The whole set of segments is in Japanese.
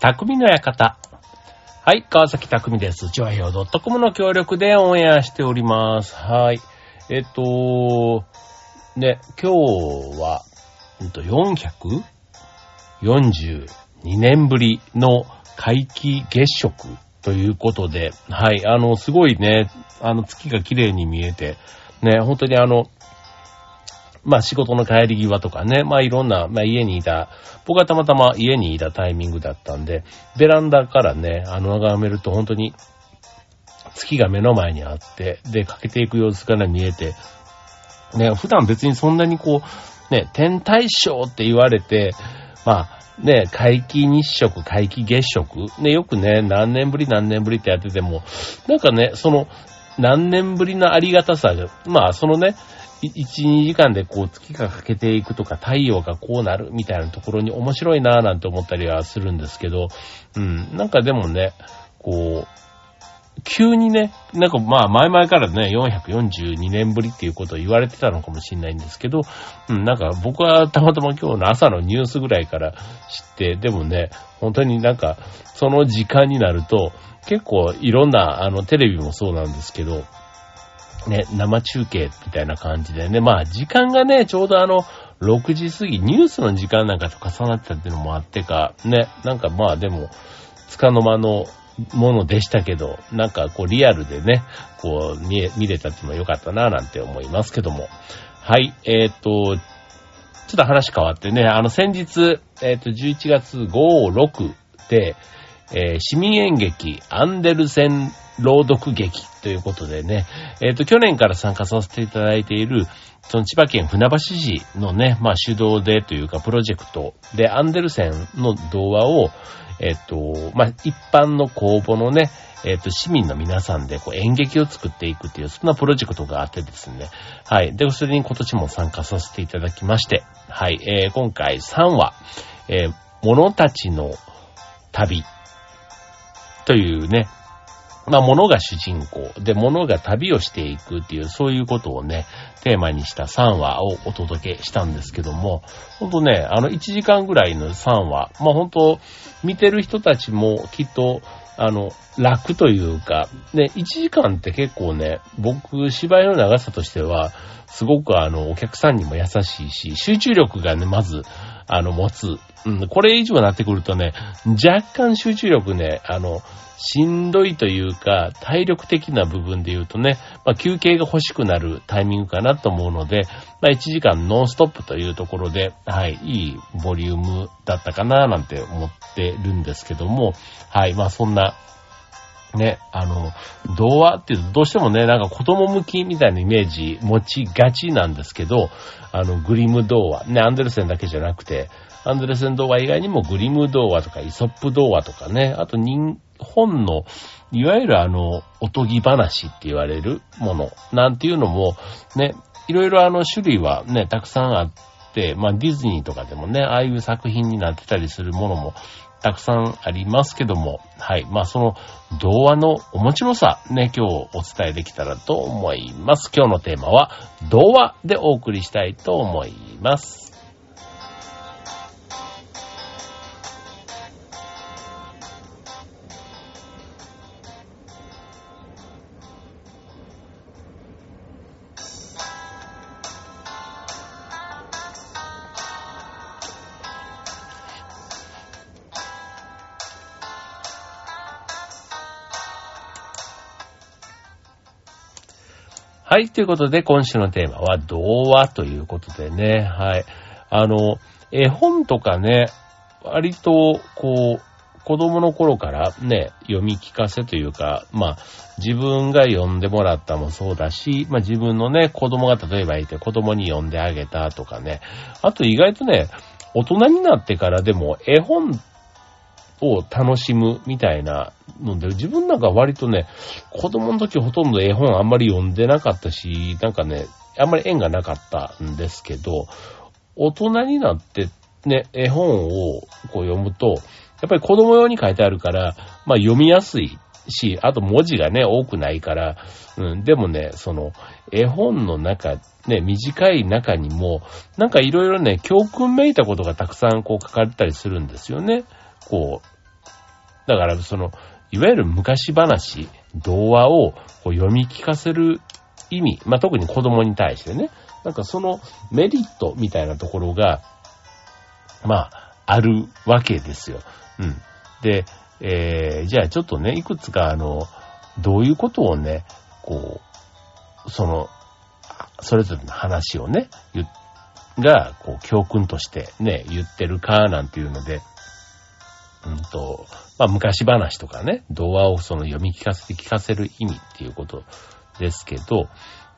匠の館。はい、川崎匠です。超平洋 .com の協力でオンエアしております。はい。ね、今日は、442年ぶりの皆既月食ということで、はい、すごいね、月が綺麗に見えて、ね、本当に仕事の帰り際とかね、いろんな、家にいた、僕はたまたま家にいたタイミングだったんで、ベランダからね、眺めると本当に月が目の前にあって、で、欠けていく様子が見えて、ね、普段別にそんなに天体ショーって言われて、皆既日食、皆既月食、ね、よくね、何年ぶりってやってても、何年ぶりのありがたさが、1、2時間で月が欠けていくとか太陽がこうなるみたいなところに面白いなぁなんて思ったりはするんですけど、でもね、急にね、前々からね、442年ぶりっていうことを言われてたのかもしれないんですけど、僕はたまたま今日の朝のニュースぐらいから知って、でもね、本当にその時間になると、結構いろんな、テレビもそうなんですけど、ね、生中継みたいな感じでね、時間がね、ちょうど6時過ぎ、ニュースの時間なんかと重なってたっていうのもあってか、ね、でも、束の間のものでしたけど、リアルでね、見れたっていうのは良かったな、なんて思いますけども。はい、ちょっと話変わってね、先日、11月5、6で、市民演劇アンデルセン朗読劇ということでね、去年から参加させていただいている、その千葉県船橋市のね、主導でというかプロジェクトでアンデルセンの童話を、一般の公募のね、市民の皆さんで演劇を作っていくっていう、そんなプロジェクトがあってですね。はい。で、それに今年も参加させていただきまして、はい。今回3話、物たちの旅というね、物が主人公で、物が旅をしていくっていう、そういうことをね、テーマにした3話をお届けしたんですけども、ほんとね、1時間ぐらいの3話、ほんと、見てる人たちもきっと、楽というか、ね、1時間って結構ね、僕、芝居の長さとしては、すごくお客さんにも優しいし、集中力がね、まず、持つ。これ以上になってくるとね、若干集中力ね、しんどいというか、体力的な部分で言うとね、休憩が欲しくなるタイミングかなと思うので、1時間ノンストップというところで、はい、いいボリュームだったかななんて思ってるんですけども、はい、そんな、ね、童話っていうとどうしてもね、子供向きみたいなイメージ持ちがちなんですけど、グリム童話、ね、アンデルセンだけじゃなくて、アンデルセン童話以外にもグリム童話とかイソップ童話とかね、あと日本のいわゆるおとぎ話って言われるものなんていうのもね、いろいろ種類はね、たくさんあって、ディズニーとかでもね、ああいう作品になってたりするものもたくさんありますけども、はい。その童話の面白さね、今日お伝えできたらと思います。今日のテーマは童話でお送りしたいと思います。はい。ということで、今週のテーマは童話ということでね。はい。絵本とかね、割と、子供の頃からね、読み聞かせというか、自分が読んでもらったもそうだし、自分のね、子供が例えばいて子供に読んであげたとかね。あと意外とね、大人になってからでも絵本を楽しむみたいなので、自分なんか割とね、子供の時ほとんど絵本あんまり読んでなかったし、あんまり縁がなかったんですけど、大人になってね、絵本を読むと、やっぱり子供用に書いてあるから、読みやすいし、あと文字がね、多くないから、でもね、絵本の中、ね、短い中にも、いろいろね、教訓めいたことがたくさん書かれたりするんですよね。 だからいわゆる昔話、童話を読み聞かせる意味、まあ、特に子供に対してね、なんかそのメリットみたいなところが、まあ、あるわけですよ。うん。で、じゃあちょっとね、いくつかどういうことをね、それぞれの話をね、教訓としてね、言ってるかなんていうので、まあ、昔話とかね、童話を読み聞かせる意味っていうことですけど、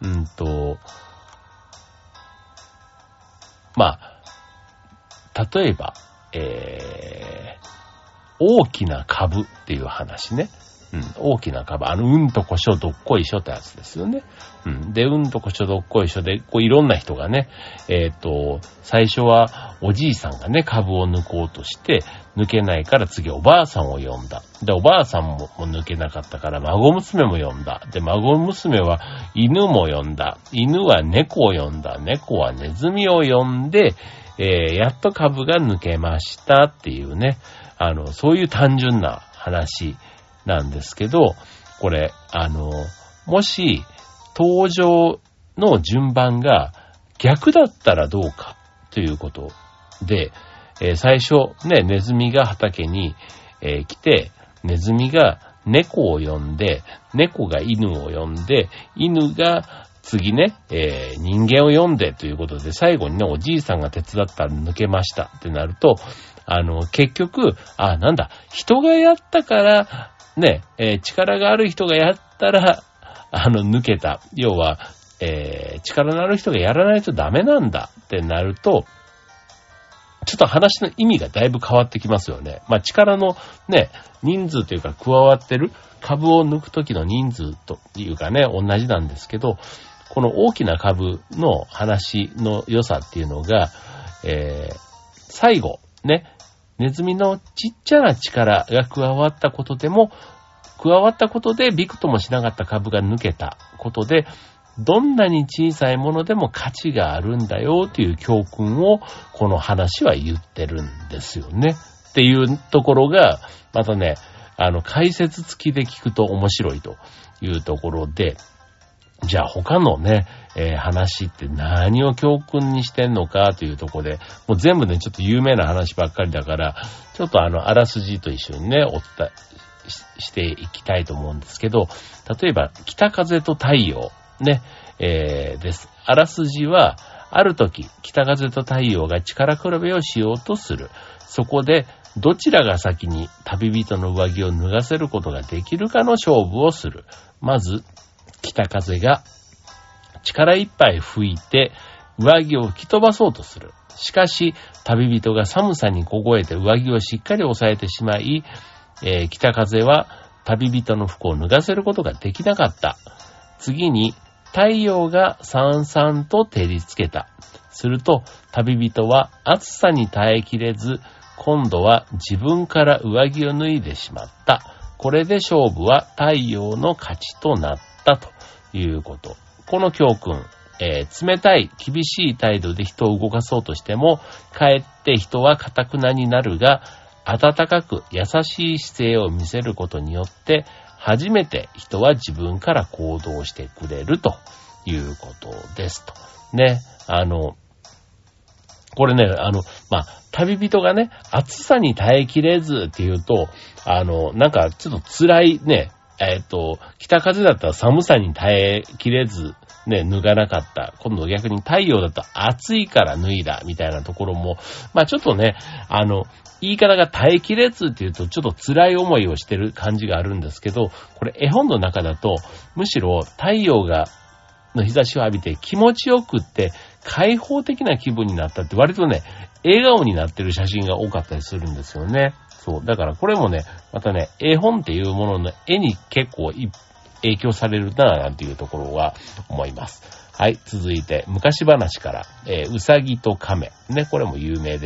まあ、例えば、大きな株っていう話ね。大きな株。うんとこしょどっこいしょってやつですよね。で、うんとこしょどっこいしょで、いろんな人がね、最初はおじいさんがね、株を抜こうとして、抜けないから次おばあさんを呼んだ。で、おばあさんも抜けなかったから孫娘も呼んだ。で、孫娘は犬も呼んだ。犬は猫を呼んだ。猫はネズミを呼んで、やっと株が抜けましたっていうね、そういう単純な話なんですけど、これ、もし、登場の順番が逆だったらどうかということで、最初、ね、ネズミが畑に、来て、ネズミが猫を呼んで、猫が犬を呼んで、犬が次ね、人間を呼んでということで、最後にね、おじいさんが手伝ったら抜けましたってなると、結局、なんだ、人がやったから、ね、力がある人がやったら、抜けた。要は、力のある人がやらないとダメなんだってなると、ちょっと話の意味がだいぶ変わってきますよね。まあ、力のね、人数というか加わってる株を抜くときの人数というかね、同じなんですけど、この大きな株の話の良さっていうのが、最後、ね、ネズミのちっちゃな力が加わったことでびくともしなかった株が抜けたことで、どんなに小さいものでも価値があるんだよという教訓をこの話は言ってるんですよね。っていうところが、またね、解説付きで聞くと面白いというところで、じゃあ他のね、話って何を教訓にしてんのかというところで、もう全部ね、ちょっと有名な話ばっかりだから、ちょっとあらすじと一緒にね、お伝えしていきたいと思うんですけど、例えば、北風と太陽、ね、です。あらすじは、ある時、北風と太陽が力比べをしようとする。そこで、どちらが先に旅人の上着を脱がせることができるかの勝負をする。まず、北風が力いっぱい吹いて上着を吹き飛ばそうとする。しかし、旅人が寒さに凍えて上着をしっかり押さえてしまい、北風は旅人の服を脱がせることができなかった。次に、太陽がさんさんと照りつけた。すると、旅人は暑さに耐えきれず、今度は自分から上着を脱いでしまった。これで勝負は太陽の勝ちとなったということ。この教訓、冷たい厳しい態度で人を動かそうとしても、かえって人は堅くなになるが、温かく優しい姿勢を見せることによって、初めて人は自分から行動してくれるということですと。ね、これね、旅人がね、暑さに耐えきれずっていうと、なんかちょっと辛いね、北風だったら寒さに耐えきれず、ね、脱がなかった。今度逆に太陽だと暑いから脱いだ、みたいなところも、ちょっとね、言い方が耐えきれずっていうと、ちょっと辛い思いをしてる感じがあるんですけど、これ絵本の中だと、むしろ太陽の日差しを浴びて気持ちよくって開放的な気分になったって割とね、笑顔になってる写真が多かったりするんですよね。そう。だからこれもね、またね、絵本っていうものの絵に結構影響されるなぁなんていうところは思います。はい。続いて、昔話から、うさぎと亀。ね、これも有名です。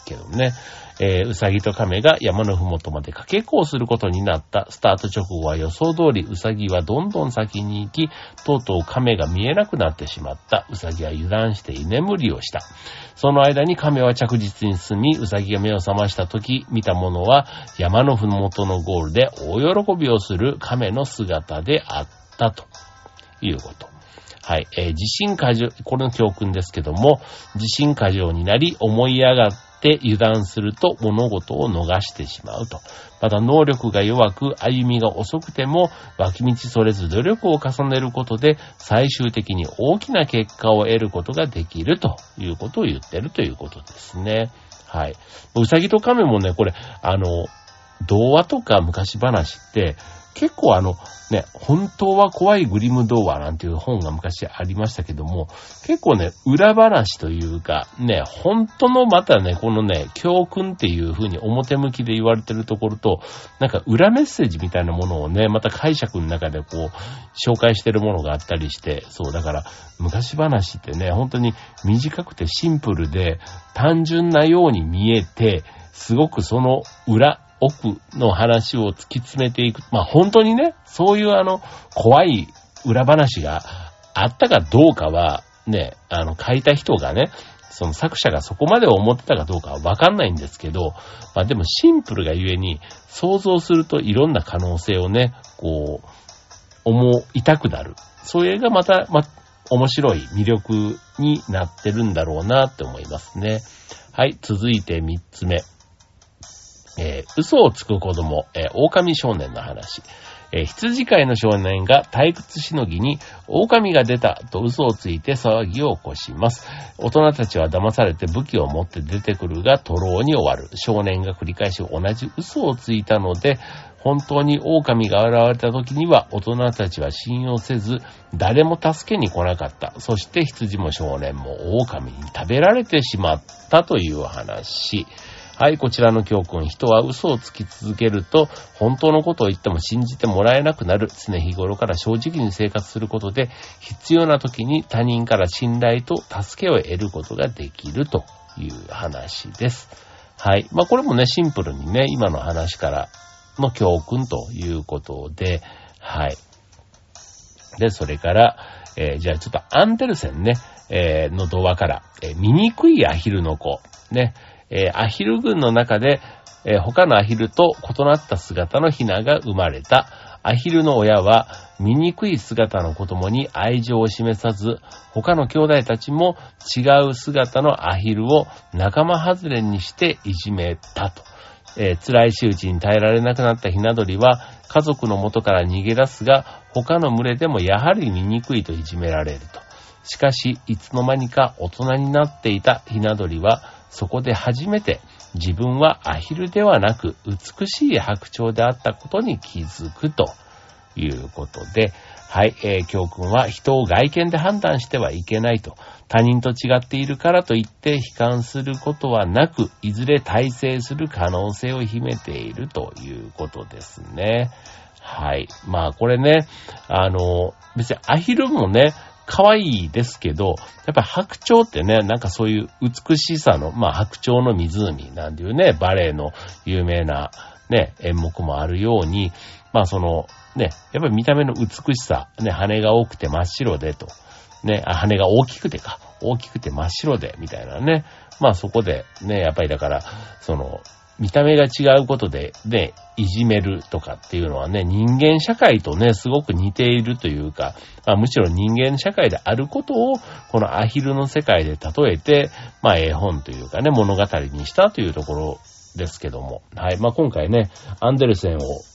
けどね。うさぎと亀が山のふもとまでかけっこをすることになった。スタート直後は予想通りうさぎはどんどん先に行き、とうとう亀が見えなくなってしまった。うさぎは油断して居眠りをした。その間に亀は着実に進み、うさぎが目を覚ましたとき、見たものは山のふもとのゴールで大喜びをする亀の姿であったということ。はい。自信過剰、これの教訓ですけども、自信過剰になり思い上がって油断すると物事を逃してしまうと。また能力が弱く歩みが遅くても脇道それず努力を重ねることで最終的に大きな結果を得ることができるということを言ってるということですね。はい。うさぎと亀もね、これ、童話とか昔話って結構本当は怖いグリム童話なんていう本が昔ありましたけども、結構ね、裏話というか、ね、本当のまたね、このね、教訓っていう風に表向きで言われてるところと、なんか裏メッセージみたいなものをね、また解釈の中でこう、紹介してるものがあったりして、そう、だから昔話ってね、本当に短くてシンプルで、単純なように見えて、すごくその奥の話を突き詰めていく。まあ本当にね、そういう怖い裏話があったかどうかは、ね、書いた人がね、その作者がそこまで思ってたかどうかはわかんないんですけど、まあでもシンプルがゆえに、想像するといろんな可能性をね、こう、思いたくなる。それがまた、面白い魅力になってるんだろうなって思いますね。はい、続いて3つ目。嘘をつく子供、狼少年の話。羊飼いの少年が退屈しのぎに狼が出たと嘘をついて騒ぎを起こします。大人たちは騙されて武器を持って出てくるが徒労に終わる。少年が繰り返し同じ嘘をついたので、本当に狼が現れた時には大人たちは信用せず、誰も助けに来なかった。そして羊も少年も狼に食べられてしまったという話。はい、こちらの教訓。人は嘘をつき続けると、本当のことを言っても信じてもらえなくなる。常日頃から正直に生活することで、必要な時に他人から信頼と助けを得ることができるという話です。はい。これもね、シンプルにね、今の話からの教訓ということで、はい。で、それから、じゃあちょっとアンデルセンね、の童話から、醜いアヒルの子、ね、アヒル群の中で、他のアヒルと異なった姿のヒナが生まれた。アヒルの親は醜い姿の子供に愛情を示さず、他の兄弟たちも違う姿のアヒルを仲間外れにしていじめたと。辛い仕打ちに耐えられなくなったヒナ鳥は家族の元から逃げ出すが、他の群れでもやはり醜いといじめられると。しかし、いつの間にか大人になっていたヒナ鳥は、そこで初めて自分はアヒルではなく美しい白鳥であったことに気づくということで、はい、教訓は人を外見で判断してはいけないと。他人と違っているからといって悲観することはなく、いずれ大成する可能性を秘めているということですね。はい。これね、別にアヒルもね、可愛いですけど、やっぱり白鳥ってね、なんかそういう美しさの、白鳥の湖なんていうね、バレエの有名なね、演目もあるように、やっぱり見た目の美しさ、ね、羽が多くて真っ白でと、ね、羽が大きくて真っ白で、みたいなね。そこでね、やっぱりだから、見た目が違うことで、ね、いじめるとかっていうのはね、人間社会とね、すごく似ているというか、むしろ人間社会であることを、このアヒルの世界で例えて、絵本というかね、物語にしたというところですけども。はい。今回ね、アンデルセン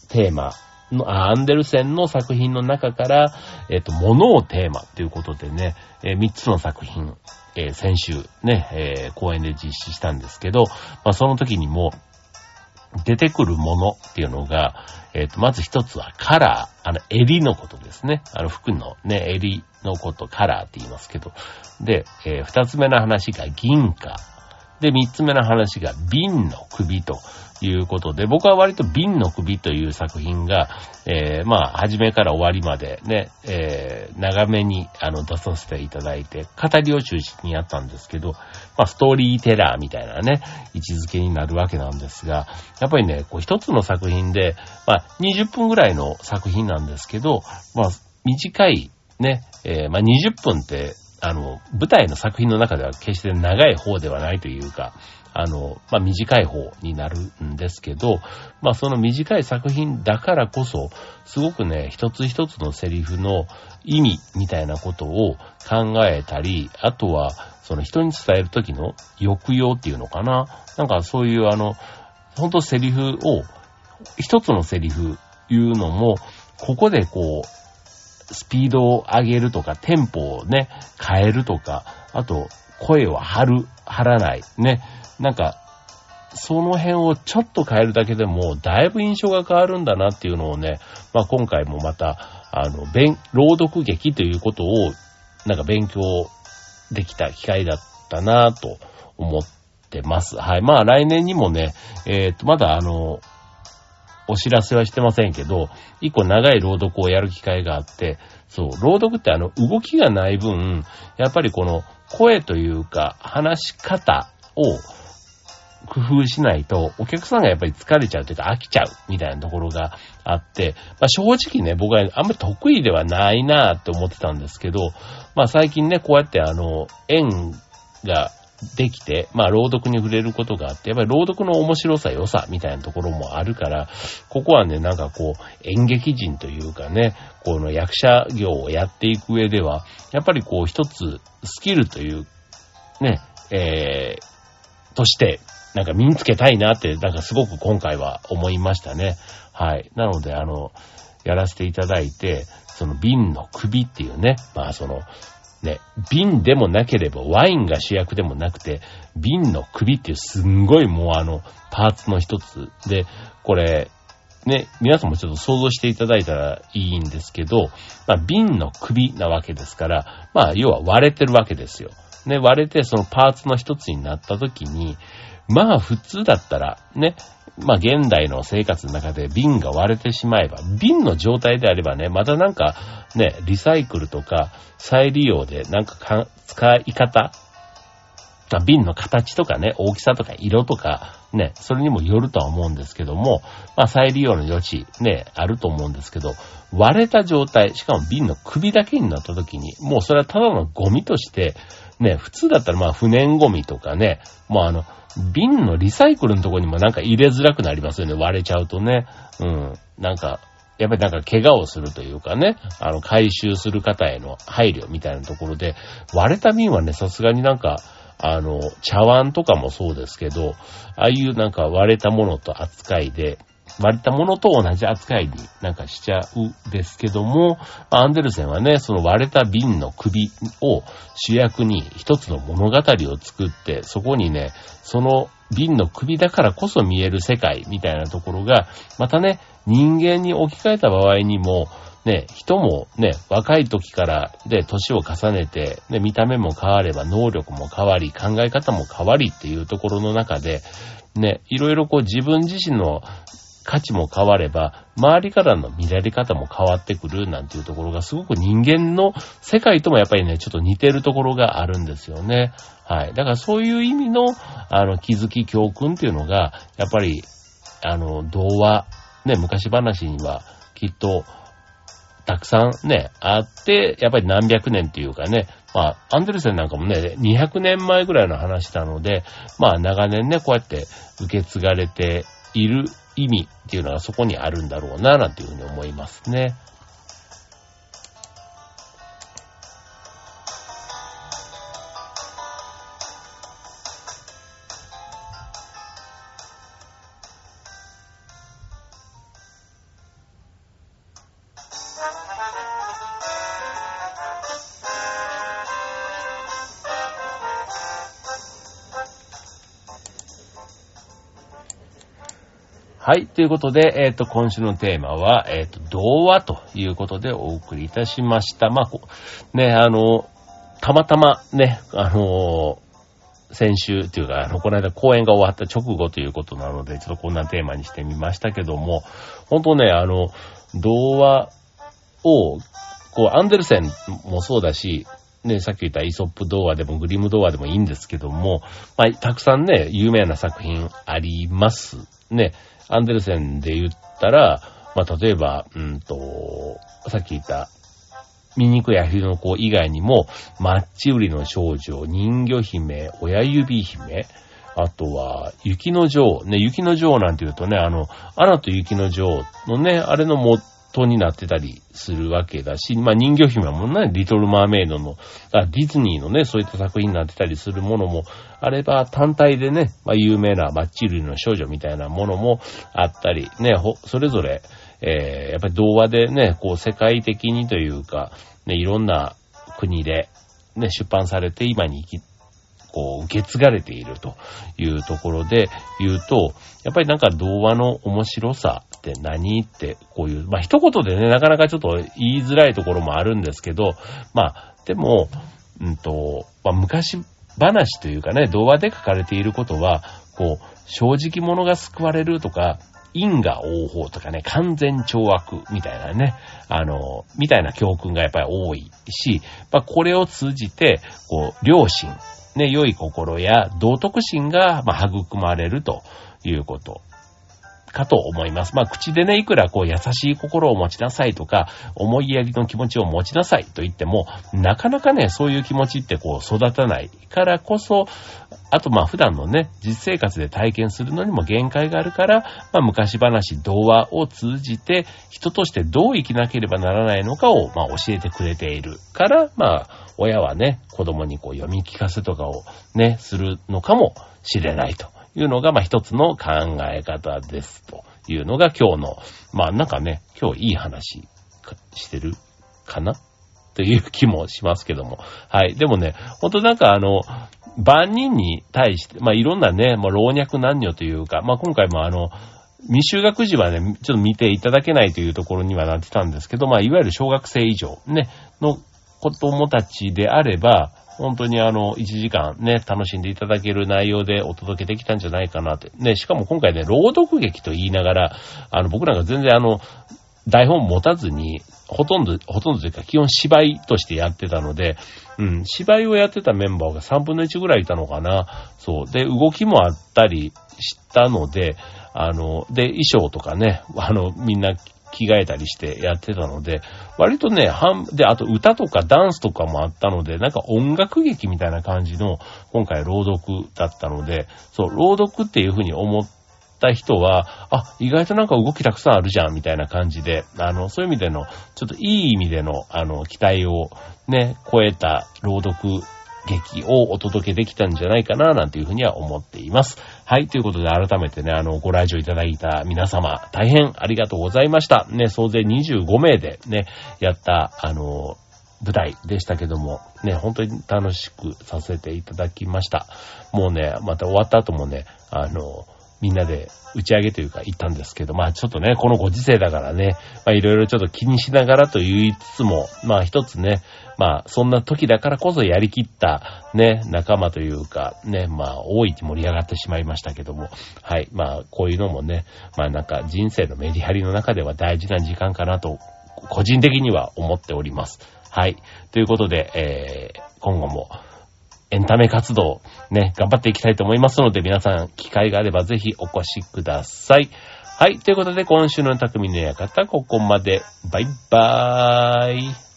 の作品の中から、物をテーマということでね、3つの作品、先週ね、公演で実施したんですけど、その時にも、出てくるものっていうのが、まず一つはカラー、襟のことですね。服のね、襟のこと、カラーって言いますけど。で、二つ目の話が銀貨。で、三つ目の話が瓶の首と。 いうことで、僕は割と瓶の首という作品が、初めから終わりまでね、長めに出させていただいて、語りを中心にやったんですけど、ストーリーテラーみたいなね、位置づけになるわけなんですが、やっぱりね、一つの作品で、20分ぐらいの作品なんですけど、短いね、20分って、舞台の作品の中では決して長い方ではないというか、短い方になるんですけど、その短い作品だからこそ、すごくね、一つ一つのセリフの意味みたいなことを考えたり、あとは、その人に伝える時の抑揚っていうのかな。なんかそういう本当セリフを、一つのセリフ言うのも、ここでスピードを上げるとか、テンポをね、変えるとか、あと、声を張らない、ね。なんか、その辺をちょっと変えるだけでも、だいぶ印象が変わるんだなっていうのをね、今回もまた、朗読劇ということを、なんか勉強できた機会だったなと思ってます。はい。来年にもね、まだお知らせはしてませんけど、一個長い朗読をやる機会があって、そう、朗読って動きがない分、やっぱりこの声というか、話し方を工夫しないと、お客さんがやっぱり疲れちゃうというか飽きちゃうみたいなところがあって、正直ね、僕はあんまり得意ではないなって思ってたんですけど、最近ね、こうやって縁ができて、朗読に触れることがあって、やっぱり朗読の面白さ、良さみたいなところもあるから、ここはね、なんか演劇人というかね、この役者業をやっていく上では、やっぱり一つスキルというね、として、なんか身につけたいなって、なんかすごく今回は思いましたね。はい。なので、やらせていただいて、その瓶の首っていうね、瓶でもなければワインが主役でもなくて、瓶の首っていうすんごいもうパーツの一つで、これ、ね、皆さんもちょっと想像していただいたらいいんですけど、瓶の首なわけですから、要は割れてるわけですよ。ね、割れてそのパーツの一つになった時に、普通だったら、ね、現代の生活の中で瓶が割れてしまえば、瓶の状態であればね、またなんか、ね、リサイクルとか再利用でなんか使い方、瓶の形とかね、大きさとか色とか、ね、それにもよるとは思うんですけども、再利用の余地、ね、あると思うんですけど、割れた状態、しかも瓶の首だけになった時に、もうそれはただのゴミとして、ね、普通だったら不燃ゴミとかね、瓶のリサイクルのところにもなんか入れづらくなりますよね、割れちゃうとね。なんか、やっぱりなんか怪我をするというかね、回収する方への配慮みたいなところで、割れた瓶はね、さすがになんか、茶碗とかもそうですけど、ああいうなんか割れたものと扱いで、割れたものと同じ扱いになんかしちゃうですけども、アンデルセンはね、その割れた瓶の首を主役に一つの物語を作って、そこにね、その瓶の首だからこそ見える世界みたいなところが、またね、人間に置き換えた場合にも、ね、人もね、若い時からで年を重ねて、ね、見た目も変われば能力も変わり、考え方も変わりっていうところの中で、ね、いろいろ自分自身の価値も変われば、周りからの見られ方も変わってくるなんていうところがすごく人間の世界ともやっぱりね、ちょっと似てるところがあるんですよね。はい。だからそういう意味の、気づき教訓っていうのが、やっぱり、童話、ね、昔話にはきっと、たくさんね、あって、やっぱり何百年っていうかね、アンデルセンなんかもね、200年前ぐらいの話なので、長年ね、こうやって受け継がれている意味っていうのがそこにあるんだろうな、なんていうふうに思いますね。はい。ということで、今週のテーマは、童話ということでお送りいたしました。ね、たまたまね、 先週っていうか、この間公演が終わった直後ということなので、ちょっとこんなテーマにしてみましたけども、本当ね、童話を、アンデルセンもそうだし、ね、さっき言ったイソップ童話でもグリム童話でもいいんですけども、まあ、たくさんね、有名な作品ありますね。アンデルセンで言ったら、まあ、例えば、さっき言った、醜いアヒルの子以外にも、マッチ売りの少女、人魚姫、親指姫、あとは、雪の女王。ね、雪の女王なんて言うとね、アナと雪の女王のね、あれの元になってたりするわけだし、まあ人魚姫もね、リトルマーメイドの、ディズニーのね、そういった作品になってたりするものもあれば、単体でね、まあ有名なマッチ売りの少女みたいなものもあったり、ね、それぞれ、やっぱり童話でね、世界的にというか、ね、いろんな国でね、出版されて今に受け継がれているというところで言うと、やっぱりなんか童話の面白さって何ってまあ一言でね、なかなかちょっと言いづらいところもあるんですけど、まあでも、まあ昔話というかね、童話で書かれていることは、正直者が救われるとか、因果応報とかね、完全懲悪みたいなね、みたいな教訓がやっぱり多いし、まあこれを通じて、良心、ね、良い心や道徳心が、まあ、育まれるということかと思います。まあ、口でね、いくら優しい心を持ちなさいとか、思いやりの気持ちを持ちなさいと言っても、なかなかね、そういう気持ちって育たないからこそ、あとまあ普段のね、実生活で体験するのにも限界があるから、まあ昔話、童話を通じて、人としてどう生きなければならないのかを、まあ教えてくれているから、まあ、親はね、子供に読み聞かせとかをね、するのかもしれないというのが、まあ一つの考え方ですというのが今日の、まあなんかね、今日いい話してるかなという気もしますけども。はい。でもね、ほんとなんか万人に対して、まあいろんなね、もう老若男女というか、まあ今回も未就学児はね、ちょっと見ていただけないというところにはなってたんですけど、まあいわゆる小学生以上ね、の子供たちであれば、本当に1時間ね、楽しんでいただける内容でお届けできたんじゃないかなって。ね、しかも今回ね、朗読劇と言いながら、僕なんか全然台本持たずに、ほとんどというか基本芝居としてやってたので、芝居をやってたメンバーが3分の1ぐらいいたのかな。そう。で、動きもあったりしたので、で、衣装とかね、みんな着替えたりしてやってたので、割とね、で、あと歌とかダンスとかもあったので、なんか音楽劇みたいな感じの、今回朗読だったので、そう、朗読っていう風に思った人は、意外となんか動きたくさんあるじゃん、みたいな感じで、そういう意味での、ちょっといい意味での、期待をね、超えた朗読劇をお届けできたんじゃないかな、なんていうふうには思っています。はい、ということで改めてね、ご来場いただいた皆様、大変ありがとうございました。ね、総勢25名でね、やった、舞台でしたけども、ね、本当に楽しくさせていただきました。もうね、また終わった後もね、みんなで打ち上げというか行ったんですけど、まあちょっとね、このご時世だからね、まあいろいろちょっと気にしながらと言いつつも、まあ一つね、まあそんな時だからこそやりきったね、仲間というかね、まあ大いに盛り上がってしまいましたけども、はい、まあこういうのもね、まあなんか人生のメリハリの中では大事な時間かなと、個人的には思っております。はい、ということで、今後も、エンタメ活動、ね、頑張っていきたいと思いますので、皆さん、機会があればぜひお越しください。はい、ということで、今週の匠の館、ここまで。バイバーイ。